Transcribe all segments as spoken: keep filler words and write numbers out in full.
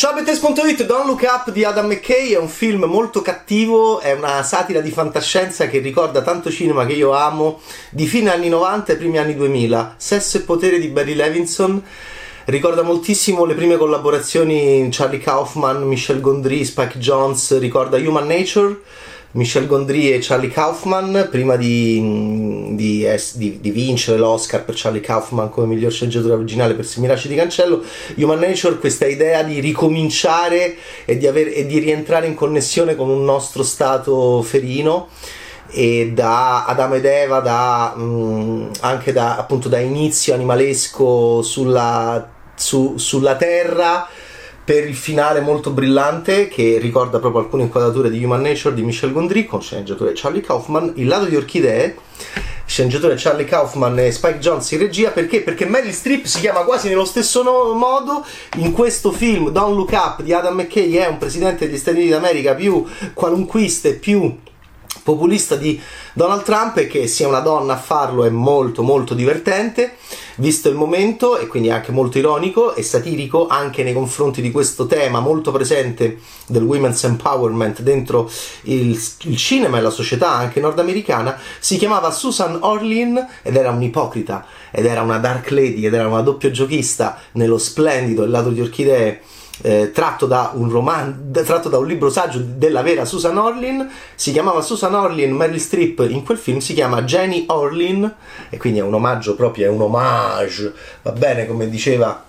Ciao Bettes punto it, Don't Look Up di Adam McKay è un film molto cattivo, è una satira di fantascienza che ricorda tanto cinema che io amo, di fine anni novanta e primi anni duemila. Sesso e potere di Barry Levinson, ricorda moltissimo le prime collaborazioni Charlie Kaufman, Michel Gondry, Spike Jonze, ricorda Human Nature, Michel Gondry e Charlie Kaufman, prima di, di, di, di vincere l'Oscar per Charlie Kaufman come miglior sceneggiatura originale per Semiraci di Cancello. Human Nature, questa idea di ricominciare e di, aver, e di rientrare in connessione con un nostro stato ferino, e da Adamo ed Eva, da, mh, anche da, appunto, da inizio animalesco sulla, su, sulla terra, per il finale molto brillante che ricorda proprio alcune inquadrature di Human Nature di Michel Gondry con sceneggiatura di Charlie Kaufman. Il lato di Orchidee, sceneggiatura di Charlie Kaufman e Spike Jonze in regia. Perché? Perché Meryl Streep si chiama quasi nello stesso no- modo in questo film. Don't Look Up di Adam McKay è un presidente degli Stati Uniti d'America più qualunquista e più populista di Donald Trump, e che sia una donna a farlo è molto molto divertente visto il momento, e quindi anche molto ironico e satirico anche nei confronti di questo tema molto presente del women's empowerment dentro il, il cinema e la società anche nordamericana. Si chiamava Susan Orlean ed era un'ipocrita ed era una dark lady ed era una doppio giochista nello splendido Il lato di Orchidee, Eh, tratto da un roman- tratto da un libro saggio della vera Susan Orlean. Si chiamava Susan Orlean, Meryl Streep in quel film si chiama Jenny Orlean, e quindi è un omaggio proprio, è un homage, va bene, come diceva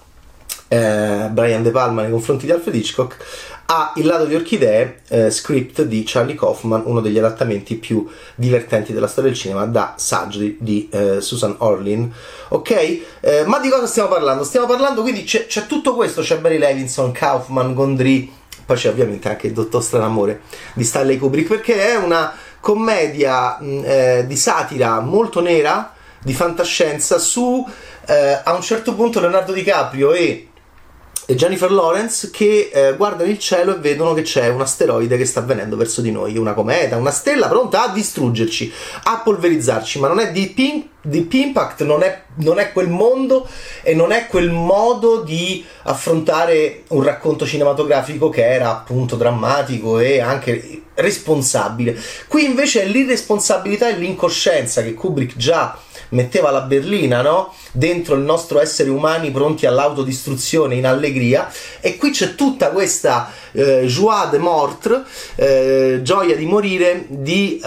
eh, Brian De Palma nei confronti di Alfred Hitchcock, a Il lato di Orchidee, eh, script di Charlie Kaufman, uno degli adattamenti più divertenti della storia del cinema, da saggio di, di eh, Susan Orlean. Ok? Eh, ma di cosa stiamo parlando? Stiamo parlando, quindi c'è, c'è tutto questo, c'è Barry Levinson, Kaufman, Gondry, poi c'è ovviamente anche Il dottor Stranamore di Stanley Kubrick, perché è una commedia mh, eh, di satira molto nera, di fantascienza, su eh, a un certo punto Leonardo DiCaprio e e Jennifer Lawrence che eh, guardano il cielo e vedono che c'è un asteroide che sta venendo verso di noi, una cometa, una stella pronta a distruggerci, a polverizzarci, ma non è Deep, in- Deep Impact, non è, non è quel mondo e non è quel modo di affrontare un racconto cinematografico che era appunto drammatico e anche responsabile. Qui invece è l'irresponsabilità e l'incoscienza che Kubrick già metteva la berlina, no? Dentro il nostro essere umani pronti all'autodistruzione in allegria, e qui c'è tutta questa eh, joie de mort, eh, gioia di morire, di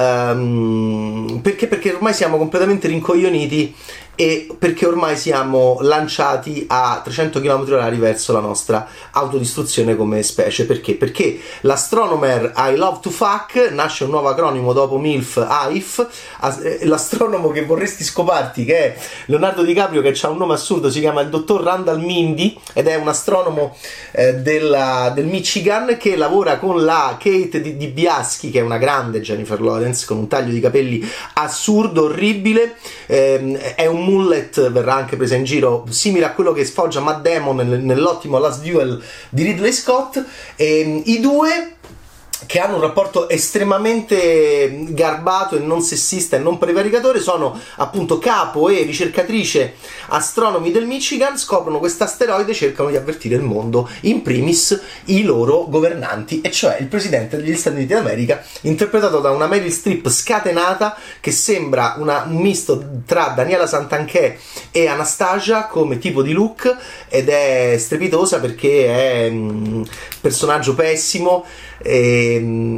um, perché? Perché ormai siamo completamente rincoglioniti e perché ormai siamo lanciati a trecento chilometri orari verso la nostra autodistruzione come specie. Perché? Perché l'astronomer I love to fuck, nasce un nuovo acronimo dopo MILF, A I F, l'astronomo che vorresti scoparti, che è Leonardo DiCaprio, che ha un nome assurdo, si chiama il dottor Randall Mindy ed è un astronomo eh, della, del Michigan, che lavora con la Kate Di, Di Biaschi, che è una grande Jennifer Lawrence con un taglio di capelli assurdo, orribile, eh, è un mullet, verrà anche presa in giro, simile a quello che sfoggia Matt Damon nell'ottimo Last Duel di Ridley Scott. E i due, che hanno un rapporto estremamente garbato e non sessista e non prevaricatore, sono appunto capo e ricercatrice astronomi del Michigan, scoprono questo asteroide, cercano di avvertire il mondo, in primis i loro governanti, e cioè il presidente degli Stati Uniti d'America, interpretato da una Meryl Streep scatenata che sembra una, un misto tra Daniela Santanchè e Anastasia come tipo di look, ed è strepitosa perché è un personaggio pessimo e,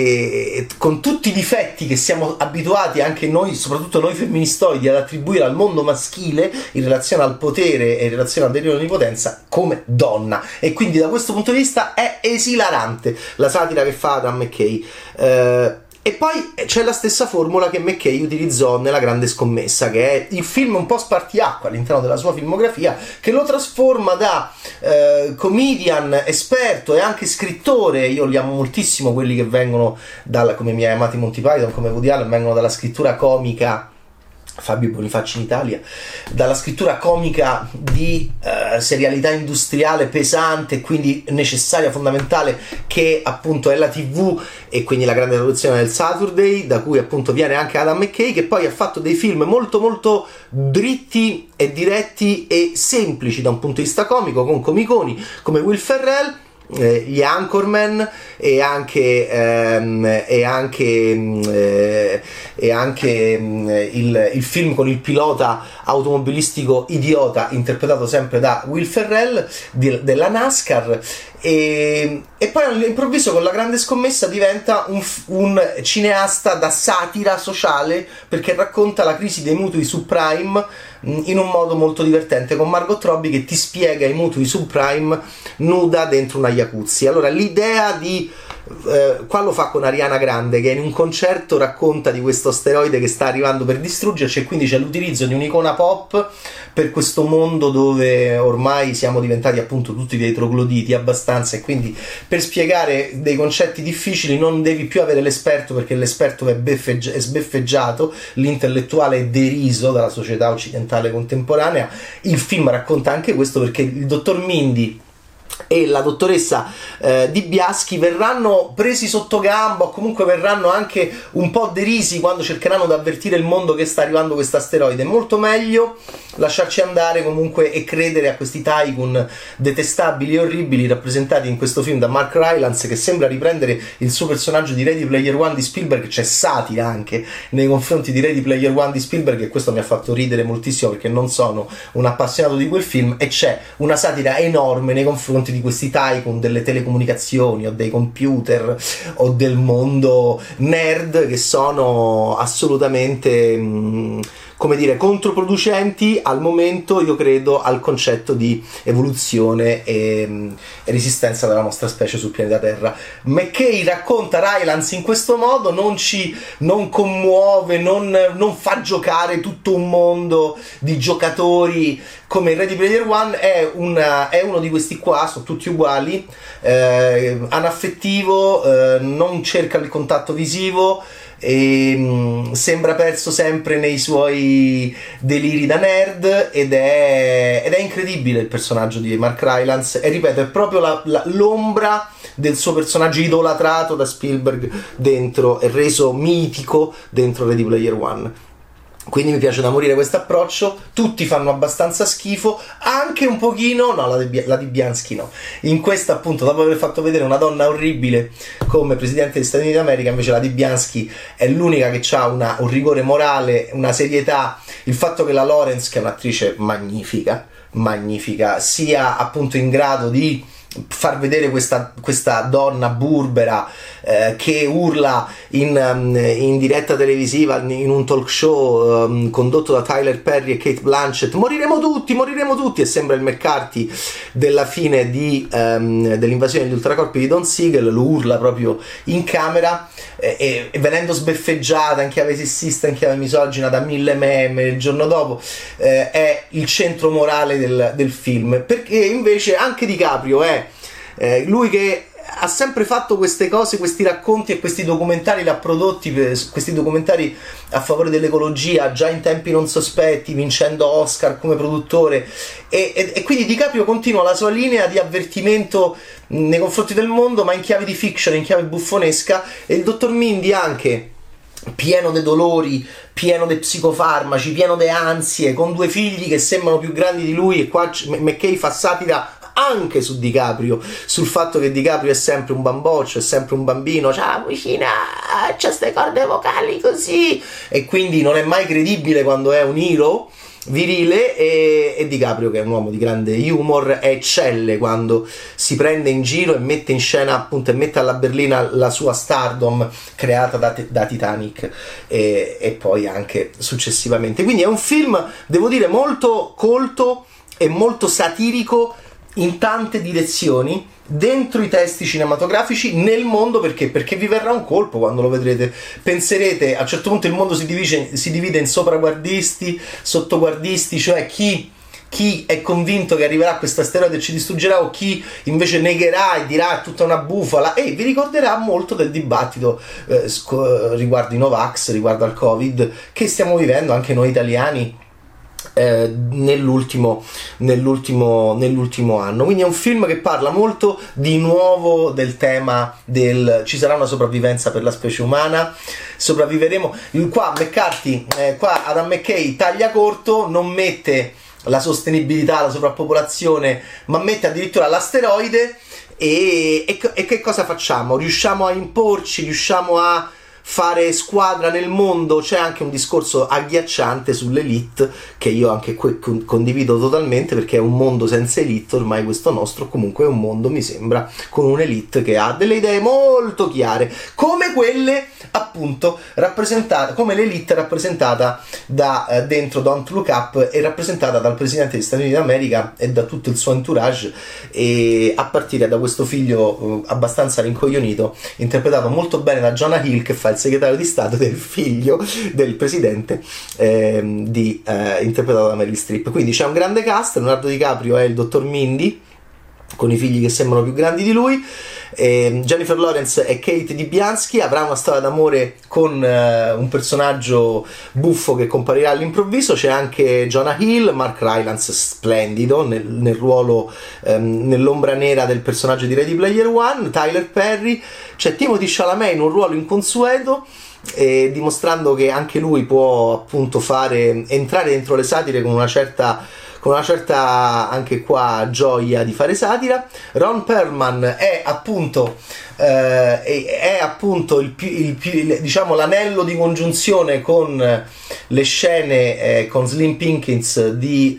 e con tutti i difetti che siamo abituati anche noi, soprattutto noi femministoidi, ad attribuire al mondo maschile in relazione al potere e in relazione al delirio di onnipotenza come donna. E quindi da questo punto di vista è esilarante la satira che fa Adam McKay. Eh, E poi c'è la stessa formula che McKay utilizzò nella Grande Scommessa, che è il film un po' spartiacque all'interno della sua filmografia, che lo trasforma da eh, comedian esperto e anche scrittore. Io li amo moltissimo quelli che vengono dalla, come mi hai amati Monty Python, come Woody Allen, vengono dalla scrittura comica, Fabio Bonifacci in Italia, dalla scrittura comica di eh, serialità industriale pesante, quindi necessaria, fondamentale, che appunto è la tivù, e quindi la grande traduzione del Saturday, da cui appunto viene anche Adam McKay, che poi ha fatto dei film molto molto dritti e diretti e semplici da un punto di vista comico, con comiconi come Will Ferrell, eh, gli Anchorman e anche ehm, e anche eh, e anche eh, il, il film con il pilota automobilistico idiota interpretato sempre da Will Ferrell di, della NASCAR. E, e poi all'improvviso con La Grande Scommessa diventa un, un cineasta da satira sociale, perché racconta la crisi dei mutui subprime in un modo molto divertente, con Margot Robbie che ti spiega i mutui subprime nuda dentro una jacuzzi. Allora l'idea di Eh, qua lo fa con Ariana Grande, che in un concerto racconta di questo asteroide che sta arrivando per distruggerci, e quindi c'è l'utilizzo di un'icona pop per questo mondo dove ormai siamo diventati appunto tutti dei trogloditi abbastanza, e quindi per spiegare dei concetti difficili non devi più avere l'esperto, perché l'esperto è, beffeggi- è sbeffeggiato, l'intellettuale è deriso dalla società occidentale contemporanea. Il film racconta anche questo, perché il dottor Mindy e la dottoressa eh, Di Biaschi verranno presi sotto gamba, o comunque verranno anche un po' derisi quando cercheranno di avvertire il mondo che sta arrivando questo asteroide. È molto meglio lasciarci andare comunque e credere a questi tycoon detestabili e orribili rappresentati in questo film da Mark Rylance, che sembra riprendere il suo personaggio di Ready Player One di Spielberg. C'è satira anche nei confronti di Ready Player One di Spielberg, e questo mi ha fatto ridere moltissimo perché non sono un appassionato di quel film, e c'è una satira enorme nei confronti di questi tycoon delle telecomunicazioni o dei computer o del mondo nerd, che sono assolutamente mh, come dire, controproducenti al momento, io credo, al concetto di evoluzione e, mh, e resistenza della nostra specie sul pianeta Terra. McKay racconta Rylance in questo modo, non ci non commuove, non, non fa giocare tutto un mondo di giocatori come Ready Player One. È, una, è uno di questi qua, sono tutti uguali, eh, anaffettivo, eh, non cerca il contatto visivo, e mh, sembra perso sempre nei suoi deliri da nerd, ed è, ed è incredibile il personaggio di Mark Rylance, e ripeto, è proprio la, la, l'ombra del suo personaggio idolatrato da Spielberg dentro, e reso mitico dentro Ready Player One. Quindi mi piace da morire questo approccio. Tutti fanno abbastanza schifo, anche un pochino, no, la Di, la Di Bianchi no. In questa, appunto, dopo aver fatto vedere una donna orribile come presidente degli Stati Uniti d'America, invece la Di Bianchi è l'unica che ha una, un rigore morale, una serietà. Il fatto che la Lawrence, che è un'attrice magnifica, magnifica, sia appunto in grado di far vedere questa, questa donna burbera eh, che urla in, um, in diretta televisiva in un talk show um, condotto da Tyler Perry e Kate Blanchett: moriremo tutti, moriremo tutti, e sembra il McCarthy della fine di, um, dell'invasione degli ultracorpi di Don Siegel. Lo urla proprio in camera, eh, e, e venendo sbeffeggiata in chiave sessista, in chiave misogina da mille meme il giorno dopo. Eh, è il centro morale del, del film, perché invece anche DiCaprio è Eh, lui che ha sempre fatto queste cose, questi racconti e questi documentari, li ha prodotti, questi documentari a favore dell'ecologia già in tempi non sospetti, vincendo Oscar come produttore, e, e, e quindi DiCaprio continua la sua linea di avvertimento nei confronti del mondo, ma in chiave di fiction, in chiave buffonesca. E il dottor Mindy anche, pieno dei dolori, pieno dei psicofarmaci, pieno di ansie, con due figli che sembrano più grandi di lui, e qua McKay fa satira anche su DiCaprio, sul fatto che DiCaprio è sempre un bamboccio, è sempre un bambino, c'ha vicina, c'ha ste corde vocali così, e quindi non è mai credibile quando è un hero virile. E, e DiCaprio, che è un uomo di grande humor, eccelle quando si prende in giro e mette in scena, appunto, e mette alla berlina la sua stardom creata da, da Titanic e, e poi anche successivamente. Quindi è un film, devo dire, molto colto e molto satirico in tante direzioni, dentro i testi cinematografici, nel mondo, perché perché vi verrà un colpo quando lo vedrete. Penserete, a un certo punto il mondo si divide, si divide in sopraguardisti, sottoguardisti, cioè chi chi è convinto che arriverà questo asteroide e ci distruggerà, o chi invece negherà e dirà è tutta una bufala, e vi ricorderà molto del dibattito eh, sc- riguardo i Novax, riguardo al Covid, che stiamo vivendo anche noi italiani Eh, nell'ultimo, nell'ultimo, nell'ultimo anno. Quindi è un film che parla molto di nuovo del tema del ci sarà una sopravvivenza per la specie umana, sopravviveremo. Qua McCarthy, eh, qua Adam McKay taglia corto, non mette la sostenibilità, la sovrappopolazione, ma mette addirittura l'asteroide, e, e, e che cosa facciamo? Riusciamo a imporci, riusciamo a fare squadra nel mondo? C'è anche un discorso agghiacciante sull'elite che io anche qui condivido totalmente, perché è un mondo senza elite ormai questo nostro, comunque è un mondo, mi sembra, con un'elite che ha delle idee molto chiare, come quelle appunto rappresentate, come l'elite rappresentata da eh, dentro Don't Look Up e rappresentata dal presidente degli Stati Uniti d'America e da tutto il suo entourage, e a partire da questo figlio eh, abbastanza rincoglionito, interpretato molto bene da Jonah Hill, che fa il segretario di Stato del figlio del presidente, eh, di, eh, interpretato da Meryl Streep. Quindi c'è un grande cast. Leonardo DiCaprio è il dottor Mindy con i figli che sembrano più grandi di lui, eh, Jennifer Lawrence è Kate Dibiansky, avrà una storia d'amore con eh, un personaggio buffo che comparirà all'improvviso. C'è anche Jonah Hill, Mark Rylance splendido nel, nel ruolo, ehm, nell'ombra nera del personaggio di Ready Player One, Tyler Perry, c'è Timothée Chalamet in un ruolo inconsueto, eh, dimostrando che anche lui può appunto fare entrare dentro le satire con una certa con una certa anche qua gioia di fare satira. Ron Perlman è appunto eh, è, è appunto il più, il più, il, diciamo l'anello di congiunzione con le scene eh, con Slim Pickens di,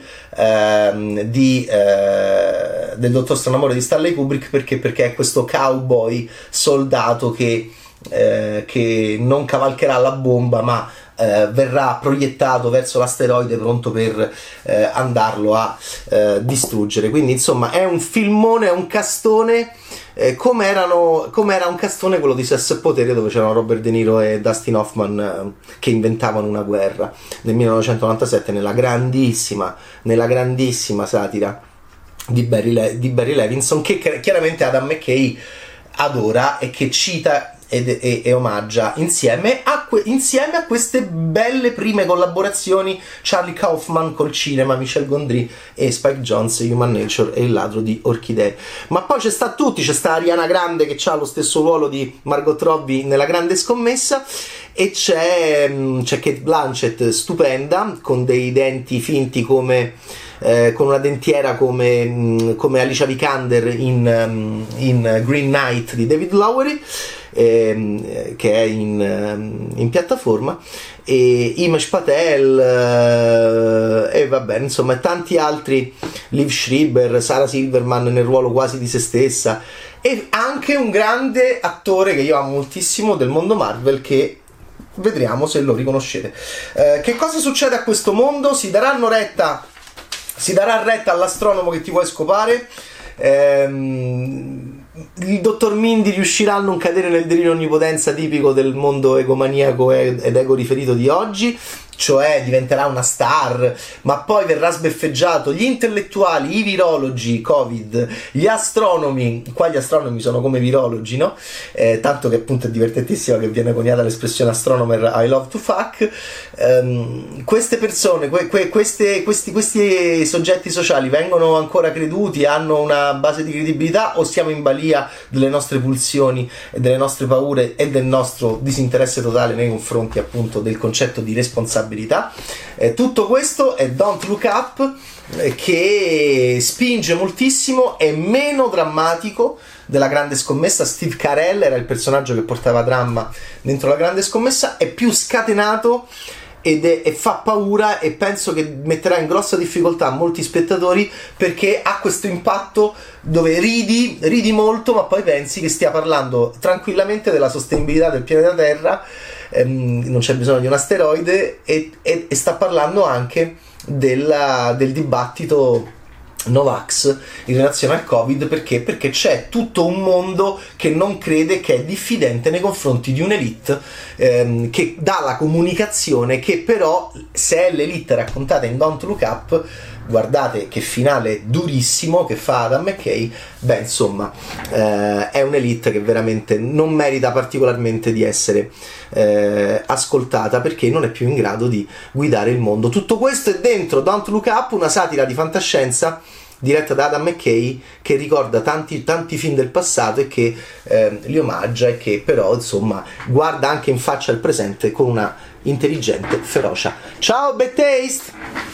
eh, di eh, del Dottor Stranamore di Stanley Kubrick, perché perché è questo cowboy soldato che eh, che non cavalcherà la bomba, ma Eh, verrà proiettato verso l'asteroide pronto per eh, andarlo a eh, distruggere. Quindi insomma è un filmone, è un castone, eh, come erano come era un castone quello di Sesso e Potere, dove c'erano Robert De Niro e Dustin Hoffman eh, che inventavano una guerra nel millenovecentonovantasette, nella grandissima nella grandissima satira di Barry, Le- di Barry Levinson, che chiaramente Adam McKay adora e che cita ed, e, e omaggia insieme a, que, insieme a queste belle prime collaborazioni, Charlie Kaufman col cinema, Michel Gondry e Spike Jonze, Human Nature e Il ladro di orchidee. Ma poi c'è sta tutti, c'è sta Ariana Grande che ha lo stesso ruolo di Margot Robbie nella Grande Scommessa, e c'è, c'è Cate Blanchett stupenda con dei denti finti come Eh, con una dentiera come, mh, come Alicia Vikander in, um, in Green Knight di David Lowery, ehm, che è in, um, in piattaforma, e Himesh Patel eh, e vabbè, insomma tanti altri, Liv Schreiber, Sarah Silverman nel ruolo quasi di se stessa, e anche un grande attore che io amo moltissimo del mondo Marvel, che vedremo se lo riconoscete. Eh, che cosa succede a questo mondo? Si daranno retta Si darà retta all'astronomo che ti vuoi scopare. Ehm, il dottor Mindy riuscirà a non cadere nel delirio onnipotenza tipico del mondo egomaniaco ed ego riferito di oggi, cioè diventerà una star, ma poi verrà sbeffeggiato. Gli intellettuali, i virologi, Covid, gli astronomi, qua gli astronomi sono come virologi, no? Eh, tanto che appunto è divertentissimo che viene coniata l'espressione astronomer I love to fuck. Um, queste persone, que, que, queste, questi, questi soggetti sociali vengono ancora creduti, hanno una base di credibilità, o siamo in balia delle nostre pulsioni e delle nostre paure e del nostro disinteresse totale nei confronti appunto del concetto di responsabilità? Eh, tutto questo è Don't Look Up, eh, che spinge moltissimo, è meno drammatico della Grande Scommessa. Steve Carell era il personaggio che portava dramma dentro la Grande Scommessa, è più scatenato ed è, e fa paura, e penso che metterà in grossa difficoltà molti spettatori, perché ha questo impatto dove ridi, ridi molto, ma poi pensi che stia parlando tranquillamente della sostenibilità del pianeta Terra, ehm, non c'è bisogno di un asteroide, e, e, e sta parlando anche della, del dibattito Novax in relazione al Covid. Perché? Perché c'è tutto un mondo che non crede, che è diffidente nei confronti di un'elite ehm, che dà la comunicazione, che però, se è l'elite raccontata in Don't Look Up, guardate che finale durissimo che fa Adam McKay, beh insomma eh, è un'elite che veramente non merita particolarmente di essere eh, ascoltata, perché non è più in grado di guidare il mondo. Tutto questo è dentro Don't Look Up, una satira di fantascienza diretta da Adam McKay, che ricorda tanti, tanti film del passato e che eh, li omaggia, e che però insomma guarda anche in faccia il presente con una intelligente ferocia. Ciao, bad taste!